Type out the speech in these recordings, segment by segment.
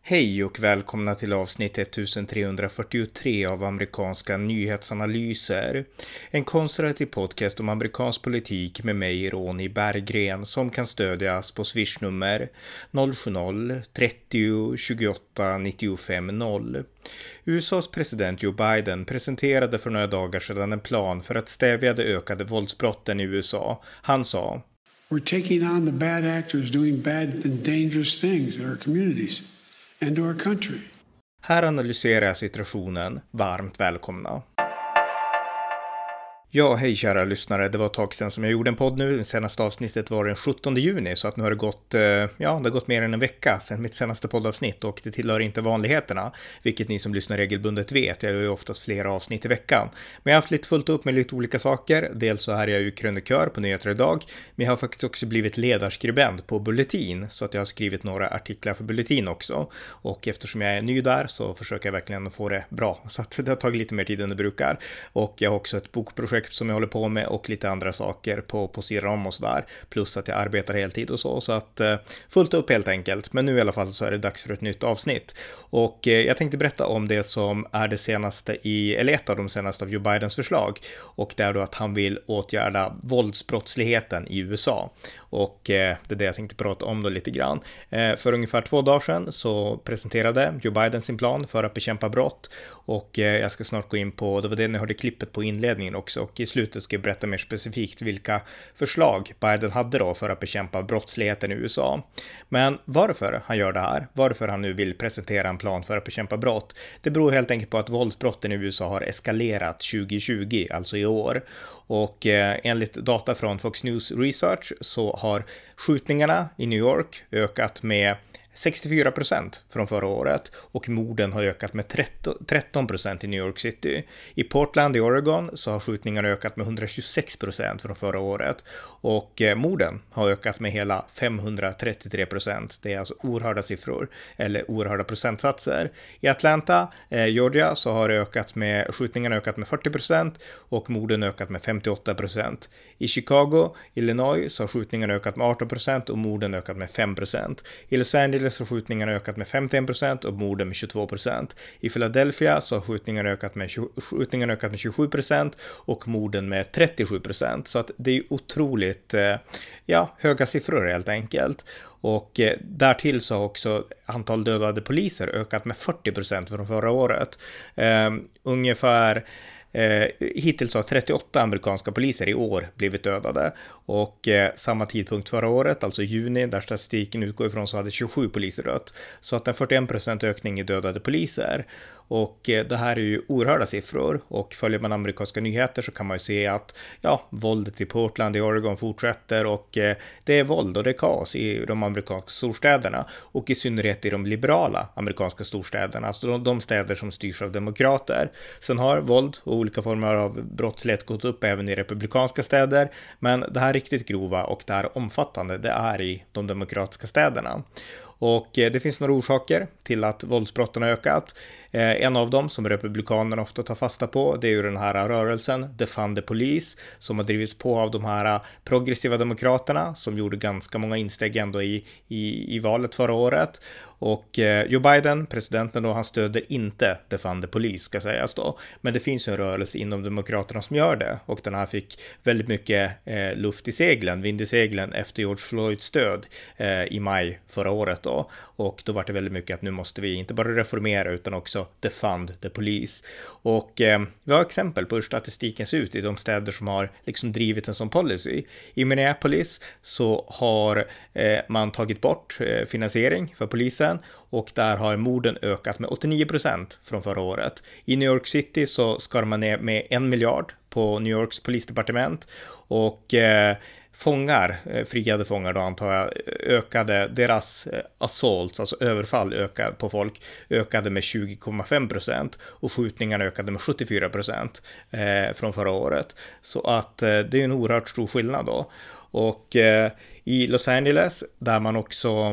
Hej och välkomna till avsnitt 1343 av amerikanska nyhetsanalyser. En konservativ podcast om amerikansk politik med mig, Ronny Berggren, som kan stödjas på swishnummer 070-30 28 95 0. USAs president Joe Biden presenterade för några dagar sedan en plan för att stävja de ökade våldsbrotten i USA. Han sa: "We're taking on the bad actors doing bad and dangerous things in our communities and to our country." Här analyserar jag situationen. Varmt välkomna. Ja, hej kära lyssnare. Det var ett tag sedan som jag gjorde en podd nu. Det senaste avsnittet var den 17 juni, så att nu har det gått, det har gått mer än en vecka sedan mitt senaste poddavsnitt, och det tillhör inte vanligheterna, vilket ni som lyssnar regelbundet vet. Jag gör ju oftast flera avsnitt i veckan. Men jag har haft lite fullt upp med lite olika saker. Dels så här är jag ju krönikör på Nyheter idag, men jag har faktiskt också blivit ledarskribent på Bulletin, så att jag har skrivit några artiklar för Bulletin också. Och eftersom jag är ny där så försöker jag verkligen få det bra, så att det har tagit lite mer tid än det brukar. Och jag har också ett bokprojekt som jag håller på med och lite andra saker på sidan om och sådär. Plus att jag arbetar heltid och så att fullt upp helt enkelt. Men nu i alla fall så är det dags för ett nytt avsnitt. Och jag tänkte berätta om det som är det senaste eller ett av de senaste av Joe Bidens förslag. Och det är då att han vill åtgärda våldsbrottsligheten i USA. Och det är det jag tänkte prata om då lite grann. För ungefär 2 dagar sedan så presenterade Joe Biden sin plan för att bekämpa brott. Och jag ska snart gå in på, det var det ni hörde klippet på inledningen också. Och i slutet ska jag berätta mer specifikt vilka förslag Biden hade då för att bekämpa brottsligheten i USA. Men varför han gör det här, varför han nu vill presentera en plan för att bekämpa brott, det beror helt enkelt på att våldsbrotten i USA har eskalerat 2020, alltså i år. Och enligt data från Fox News Research så har skjutningarna i New York ökat med 64% från förra året, och morden har ökat med 13% i New York City. I Portland i Oregon så har skjutningarna ökat med 126% från förra året, och morden har ökat med hela 533%. Det är alltså oerhörda siffror, eller oerhörda procentsatser. I Atlanta, Georgia, så har skjutningarna ökat med 40% och morden ökat med 58%. I Chicago, Illinois, så har skjutningarna ökat med 18% och morden ökat med 5%. I Los Angeles så har skjutningarna ökat med 51% och morden med 22%. I Philadelphia så har skjutningarna ökat med 27% och morden med 37%. Så att det är otroligt höga siffror helt enkelt. Och därtill så har också antal dödade poliser ökat med 40% från förra året. Ungefär hittills har 38 amerikanska poliser i år blivit dödade, och samma tidpunkt förra året, alltså juni, där statistiken utgår ifrån, så hade 27 poliser dött. Så att en 41% ökning i dödade poliser. Och det här är ju oerhörda siffror, och följer man amerikanska nyheter så kan man ju se att våldet i Portland i Oregon fortsätter, och det är våld och det är kaos i de amerikanska storstäderna, och i synnerhet i de liberala amerikanska storstäderna, alltså de städer som styrs av demokrater. Sen har våld och olika former av brottslighet gått upp även i republikanska städer, men det här riktigt grova och det här omfattande, det är i de demokratiska städerna. Och det finns några orsaker till att våldsbrotten har ökat. En av dem som republikanerna ofta tar fasta på, det är ju den här rörelsen Defund the Police, som har drivits på av de här progressiva demokraterna som gjorde ganska många insteg ändå i valet förra året. Och Joe Biden, presidenten då, han stöder inte Defund the Police, ska sägas då. Men det finns en rörelse inom demokraterna som gör det, och den här fick väldigt mycket vind i seglen efter George Floyds död i maj förra året då. Och då var det väldigt mycket att nu måste vi inte bara reformera utan också defund the police. Och vi har exempel på hur statistiken ser ut i de städer som har liksom drivit en sån policy. I Minneapolis så har man tagit bort finansiering för polisen, och där har morden ökat med 89% från förra året. I New York City så skar man ner med 1 miljard på New Yorks polisdepartement, och friade fångar då antar jag, ökade deras assaults, alltså överfall på folk, ökade med 20,5%, och skjutningarna ökade med 74% från förra året. Så att det är en oerhört stor skillnad då. Och i Los Angeles, där man också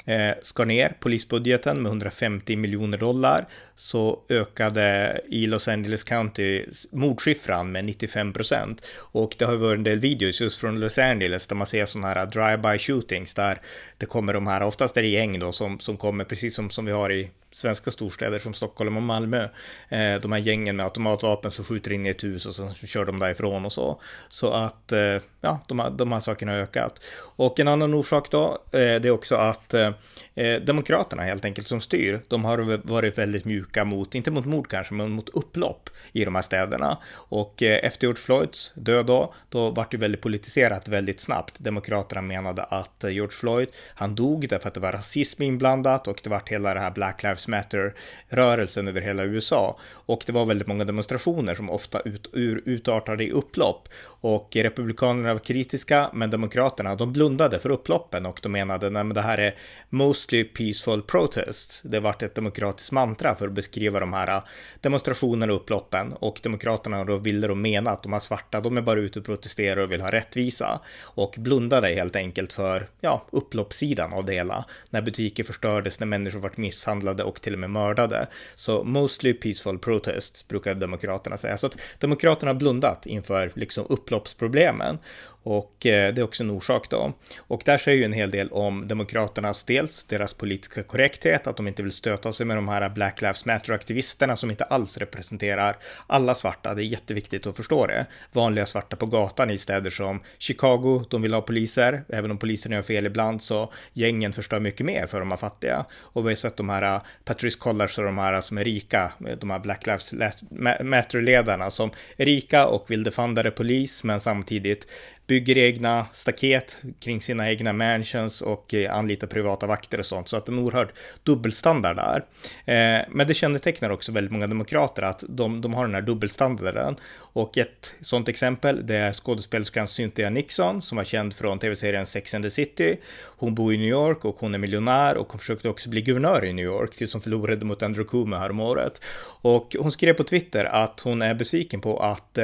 skar ner polisbudgeten med $150 miljoner, så ökade i Los Angeles County mordsiffran med 95%. Och det har varit en del videos just från Los Angeles där man ser sådana här drive-by shootings där det kommer de här, oftast är det gäng då som kommer precis som vi har i svenska storstäder som Stockholm och Malmö. De här gängen med automatvapen som skjuter in i ett hus och sen kör de därifrån och så. Så att ja, de här sakerna har ökat. Och en annan orsak då, det är också att demokraterna helt enkelt som styr, de har varit väldigt mjuka mot, inte mot mord kanske, men mot upplopp i de här städerna. Och efter George Floyds död då var det väldigt politiserat väldigt snabbt. Demokraterna menade att George Floyd, han dog därför att det var rasism inblandat och det var hela det här Black Lives Matter-rörelsen över hela USA. Och det var väldigt många demonstrationer som ofta utartade i upplopp. Och republikanerna var kritiska, men demokraterna, de blundade för upploppen och de menade att det här är mostly peaceful protests. Det var ett demokratiskt mantra för att beskriva de här demonstrationerna och upploppen. Och demokraterna då ville de mena att de här svarta, de är bara ute och protesterar och vill ha rättvisa. Och blundade helt enkelt för upploppssidan av det hela. När butiker förstördes, när människor var misshandlade och till och med mördade. Så mostly peaceful protests brukar demokraterna säga. Så att demokraterna har blundat inför liksom upploppsproblemen. Och det är också en orsak då. Och där säger ju en hel del om demokraternas deras politiska korrekthet, att de inte vill stöta sig med de här Black Lives Matter-aktivisterna som inte alls representerar alla svarta. Det är jätteviktigt att förstå det. Vanliga svarta på gatan i städer som Chicago, de vill ha poliser. Även om poliserna gör fel ibland så gängen förstör mycket mer för de här fattiga. Och vi har sett de här Patrice Cullors och de här som är rika, de här Black Lives Matter-ledarna som är rika och vill defendera polis men samtidigt bygger egna staket kring sina egna mansions och anlitar privata vakter och sånt. Så att en oerhörd dubbelstandard där. Men det kännetecknar också väldigt många demokrater att de har den här dubbelstandarden. Och ett sånt exempel, det är skådespelerskan Cynthia Nixon som var känd från tv-serien Sex and the City. Hon bor i New York och hon är miljonär och hon försökte också bli guvernör i New York tills hon förlorade mot Andrew Cuomo här om året. Och hon skrev på Twitter att hon är besviken på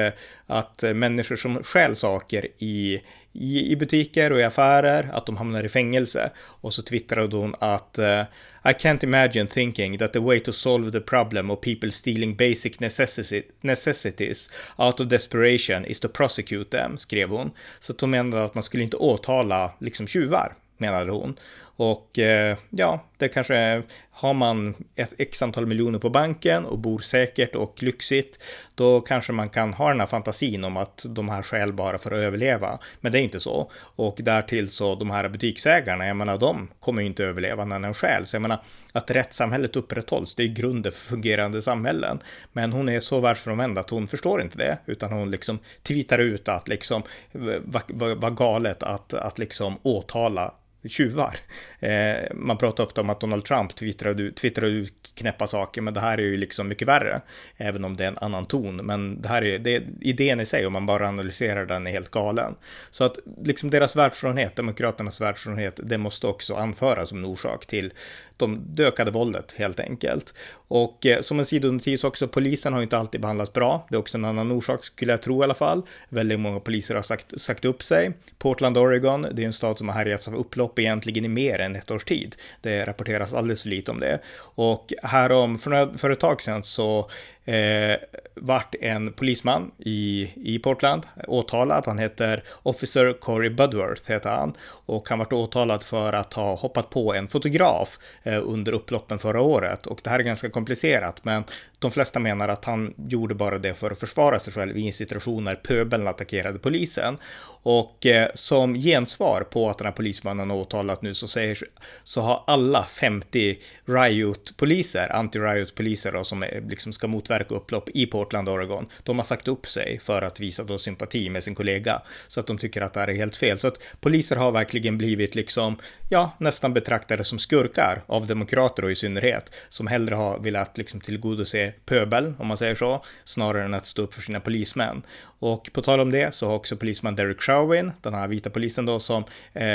att människor som stjäl saker i butiker och i affärer, att de hamnar i fängelse. Och så twittrade hon att I can't imagine thinking that the way to solve the problem of people stealing basic necessities out of desperation is to prosecute them, skrev hon. Så hon menade att man skulle inte åtala liksom tjuvar, menade hon. Och det kanske har man ett x antal miljoner på banken och bor säkert och lyxigt, då kanske man kan ha den här fantasin om att de här skäl bara för att överleva. Men det är inte så. Och därtill så de här butiksägarna, jag menar, de kommer ju inte överleva när de skäl. Så jag menar, att rättssamhället upprätthålls, det är grunden för fungerande samhällen. Men hon är så världsfrånvänd att hon förstår inte det, utan hon liksom tweetar ut att liksom vad galet att liksom åtala tjuvar. Man pratar ofta om att Donald Trump twittrade ut knäppa saker, men det här är ju liksom mycket värre, även om det är en annan ton. Men det här är idén i sig, om man bara analyserar den, är helt galen. Så att liksom deras världsfrånhet, demokraternas världsfrånhet, det måste också anföras som en orsak till det ökade våldet helt enkelt. Och som en sidonotis också, polisen har ju inte alltid behandlats bra. Det är också en annan orsak, skulle jag tro i alla fall. Väldigt många poliser har sagt upp sig. Portland, Oregon, det är en stad som har härjats av upplopp egentligen i mer än ett års tid. Det rapporteras alldeles för lite om det. Och för ett tag sedan så vart en polisman i Portland åtalad. Han heter Officer Corey Budworth heter han, och han vart åtalad för att ha hoppat på en fotograf under upploppen förra året. Och det här är ganska komplicerat, men de flesta menar att han gjorde bara det för att försvara sig själv i en situation när pöbeln attackerade polisen. Och som gensvar på att den här polismannen har åtalat nu så har alla 50 anti-riot-poliser som liksom ska motverka upplopp i Portland, Oregon, de har sagt upp sig för att visa då sympati med sin kollega, så att de tycker att det här är helt fel. Så att poliser har verkligen blivit liksom, nästan betraktade som skurkar av demokrater, och i synnerhet som hellre har velat liksom tillgodose pöbel, om man säger så, snarare än att stå upp för sina polismän. Och på tal om det så har också polisman Derek Chauvin, den här vita polisen då, som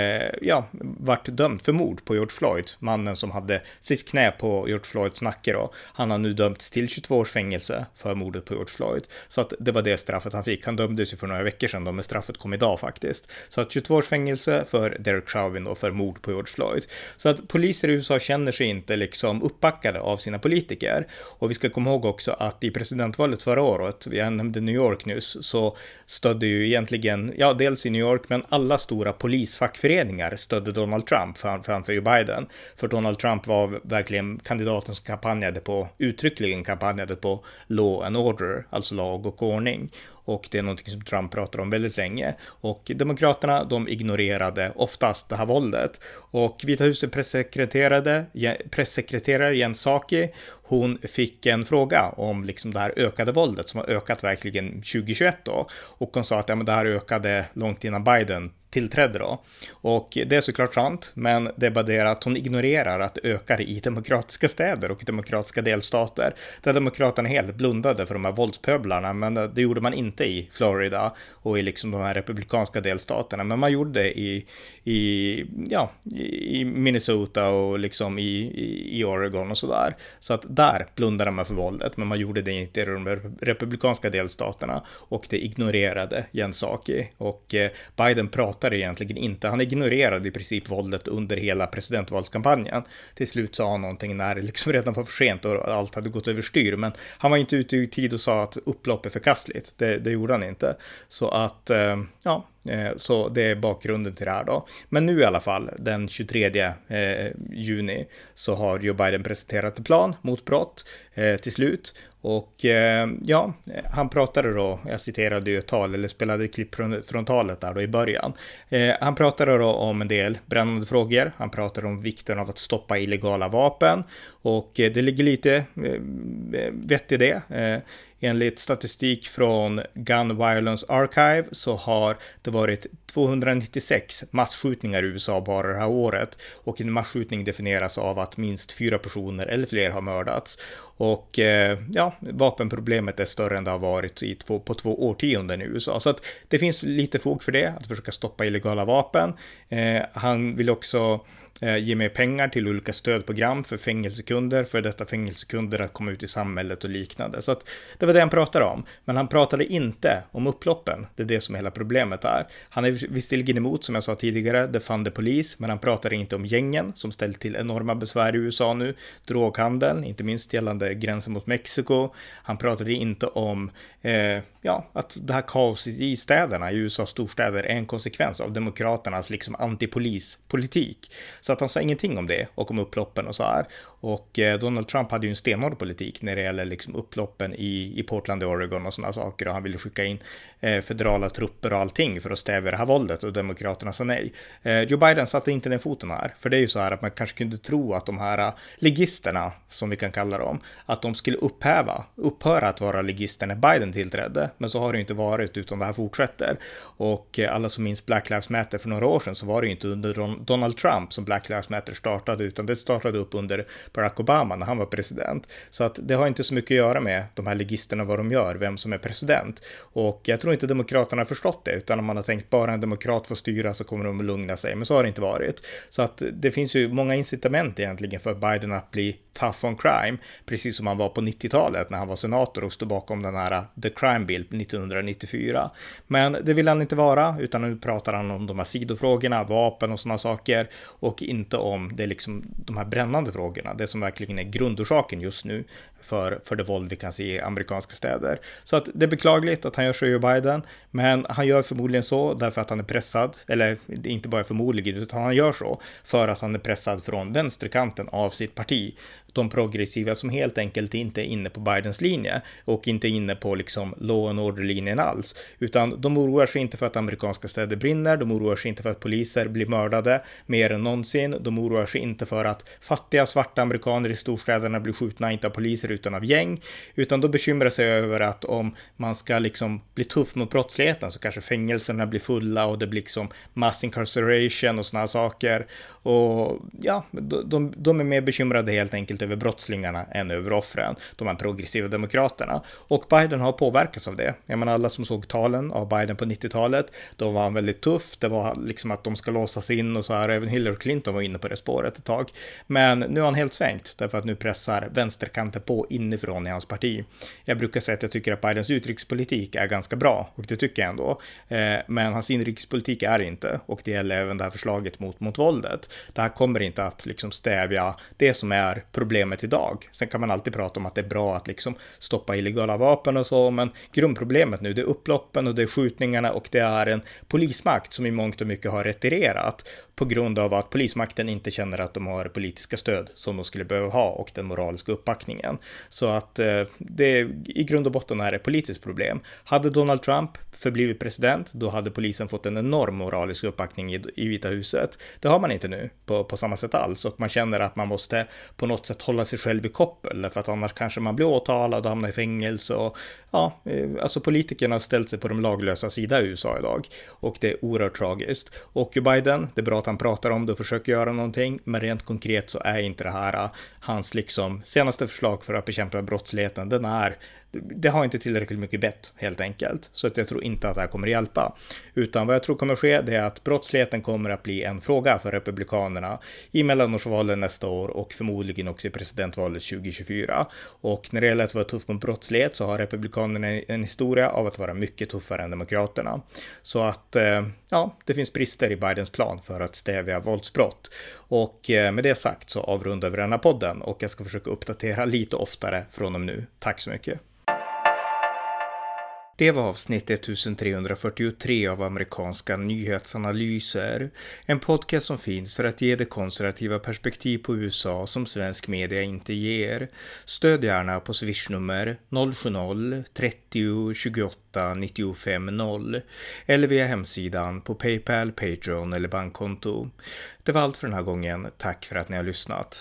vart dömd för mord på George Floyd, mannen som hade sitt knä på George Floyds nacke då. Han har nu dömts till 22 års fängelse fängelse för mordet på George Floyd. Så att det var det straffet han fick. Han dömdes ju för några veckor sedan då, men straffet kom idag faktiskt. Så att 22 års fängelse för Derek Chauvin då, för mord på George Floyd. Så att poliser i USA känner sig inte liksom uppbackade av sina politiker. Och vi ska komma ihåg också att i presidentvalet förra året, vi nämnde New York nyss, så stödde ju egentligen, ja dels i New York, men alla stora polisfackföreningar stödde Donald Trump framför Joe Biden. För Donald Trump var verkligen kandidaten som uttryckligen kampanjade på law and order, alltså lag och ordning. Och det är något som Trump pratar om väldigt länge. Och demokraterna, de ignorerade oftast det här våldet. Och Vita huset pressekreterare Jen Psaki, hon fick en fråga om liksom det här ökade våldet som har ökat verkligen 2021 då. Och hon sa att det här ökade långt innan Biden tillträdde då. Och det är såklart sant, men det är bara det att hon ignorerar att det ökar i demokratiska städer och demokratiska delstater. Där demokraterna helt blundade för de här våldspöblarna, men det gjorde man inte i Florida och i liksom de här republikanska delstaterna. Men man gjorde det i Minnesota och liksom i Oregon och sådär. Så att där blundade man för våldet, men man gjorde det inte i de republikanska delstaterna, och det ignorerade Jen Psaki. Och Biden pratade egentligen inte. Han ignorerade i princip våldet under hela presidentvalskampanjen. Till slut sa han någonting när det liksom redan var för sent och allt hade gått överstyr, men han var inte ute i tid och sa att upplopp är förkastligt. Det gjorde han inte. Så att, så det är bakgrunden till det här då. Men nu i alla fall, den 23 juni, så har Joe Biden presenterat en plan mot brott till slut. Och han pratade då, jag citerade ju ett tal, eller spelade ett klipp från talet där då i början. Han pratade då om en del brännande frågor. Han pratade om vikten av att stoppa illegala vapen. Och det ligger lite vett i det. Enligt statistik från Gun Violence Archive så har det varit 296 massskjutningar i USA bara det här året, och en massskjutning definieras av att minst 4 personer eller fler har mördats. Och vapenproblemet är större än det har varit på 2 årtionden i USA. Så att det finns lite fog för det, att försöka stoppa illegala vapen. Han vill också ge mer pengar till olika stödprogram för fängelsekunder, för detta fängelsekunder att komma ut i samhället och liknande. Så att det var det han pratade om. Men han pratade inte om upploppen. Det är det som hela problemet är. Han är visserligen emot, som jag sa tidigare, defund the police, men han pratade inte om gängen som ställt till enorma besvär i USA nu. Droghandeln, inte minst gällande gränsen mot Mexiko. Han pratade inte om att det här kaoset i städerna, i USAs storstäder, är en konsekvens av demokraternas liksom antipolispolitik. Så att han sa ingenting om det och om upploppen och så här. Och Donald Trump hade ju en stenhård politik när det gäller liksom upploppen i Portland, Oregon och sådana saker, och han ville skicka in federala trupper och allting för att stävja det här våldet, och demokraterna sa nej. Joe Biden satte inte den foten här, för det är ju så här att man kanske kunde tro att de här ligisterna, som vi kan kalla dem, att de skulle upphöra att vara ligister när Biden tillträdde, men så har det inte varit, utan det här fortsätter. Och alla som minns Black Lives Matter för några år sedan, så var det ju inte under Donald Trump som Black Lives Matter startade, utan det startade upp under Barack Obama när han var president. Så att det har inte så mycket att göra med de här ligisterna, vad de gör, vem som är president. Och jag tror inte demokraterna har förstått det, utan om man har tänkt bara en demokrat får styra så kommer de att lugna sig, men så har det inte varit. Så att det finns ju många incitament egentligen för Biden att bli tough on crime, precis som han var på 90-talet när han var senator och stod bakom den här The Crime Bill 1994. Men det vill han inte vara, utan nu pratar han om de här sidofrågorna, vapen och sådana saker, och inte om det liksom de här brännande frågorna, det som verkligen är grundorsaken just nu för det våld vi kan se i amerikanska städer. Så att det är beklagligt att han gör så, Joe Biden, men han gör förmodligen så därför att han är pressad, eller inte bara förmodligen, utan han gör så för att han är pressad från vänsterkanten av sitt parti. De progressiva som helt enkelt inte är inne på Bidens linje och inte inne på liksom law and order-linjen alls, utan de oroar sig inte för att amerikanska städer brinner, de oroar sig inte för att poliser blir mördade mer än någonsin, de oroar sig inte för att fattiga svarta amerikaner i storstäderna blir skjutna, inte av poliser utan av gäng, utan de bekymrar sig över att om man ska liksom bli tuff mot brottsligheten så kanske fängelserna blir fulla och det blir liksom mass incarceration och såna här saker. Och ja, de är mer bekymrade helt enkelt särskilt över brottslingarna än över offren, de här progressiva demokraterna. Och Biden har påverkats av det. Jag menar, alla som såg talen av Biden på 90-talet, då var han väldigt tuff. Det var liksom att de ska låsas in och så här. Även Hillary Clinton var inne på det spåret ett tag. Men nu har han helt svängt, därför att nu pressar vänsterkanten på inifrån i hans parti. Jag brukar säga att jag tycker att Bidens utrikespolitik är ganska bra, och det tycker jag ändå. Men hans inrikespolitik är inte, och det gäller även det här förslaget mot våldet. Det här kommer inte att liksom stävja det som är problemet idag. Sen kan man alltid prata om att det är bra att liksom stoppa illegala vapen och så, men grundproblemet nu, det är upploppen och det är skjutningarna, och det är en polismakt som i mångt och mycket har retirerat på grund av att polismakten inte känner att de har politiska stöd som de skulle behöva ha och den moraliska uppbackningen. Så att det i grund och botten är ett politiskt problem. Hade Donald Trump förblivit president, då hade polisen fått en enorm moralisk uppbackning i Vita huset. Det har man inte nu på samma sätt alls, och man känner att man måste på något sätt hålla sig själv i koppel, för att annars kanske man blir åtalad och hamnar i fängelse. Och ja, alltså politikerna har ställt sig på de laglösa sida i USA idag, och det är oerhört tragiskt. Och Biden, det är bra att han pratar om det och försöker göra någonting, men rent konkret så är inte det här hans liksom senaste förslag för att bekämpa brottsligheten. Det har inte tillräckligt mycket bett helt enkelt, så att jag tror inte att det här kommer att hjälpa. Utan vad jag tror kommer att ske, det är att brottsligheten kommer att bli en fråga för republikanerna i mellanårsvalen nästa år, och förmodligen också i presidentvalet 2024. Och när det gäller att vara tuff mot brottslighet så har republikanerna en historia av att vara mycket tuffare än demokraterna. Så att ja, det finns brister i Bidens plan för att stävja våldsbrott. Och med det sagt så avrundar vi den här podden, och jag ska försöka uppdatera lite oftare från och nu. Tack så mycket. Det var avsnitt 1343 av amerikanska nyhetsanalyser. En podcast som finns för att ge det konservativa perspektiv på USA som svensk media inte ger. Stöd gärna på Swish-nummer 070-30 28 95 0 eller via hemsidan på PayPal, Patreon eller bankkonto. Det var allt för den här gången. Tack för att ni har lyssnat.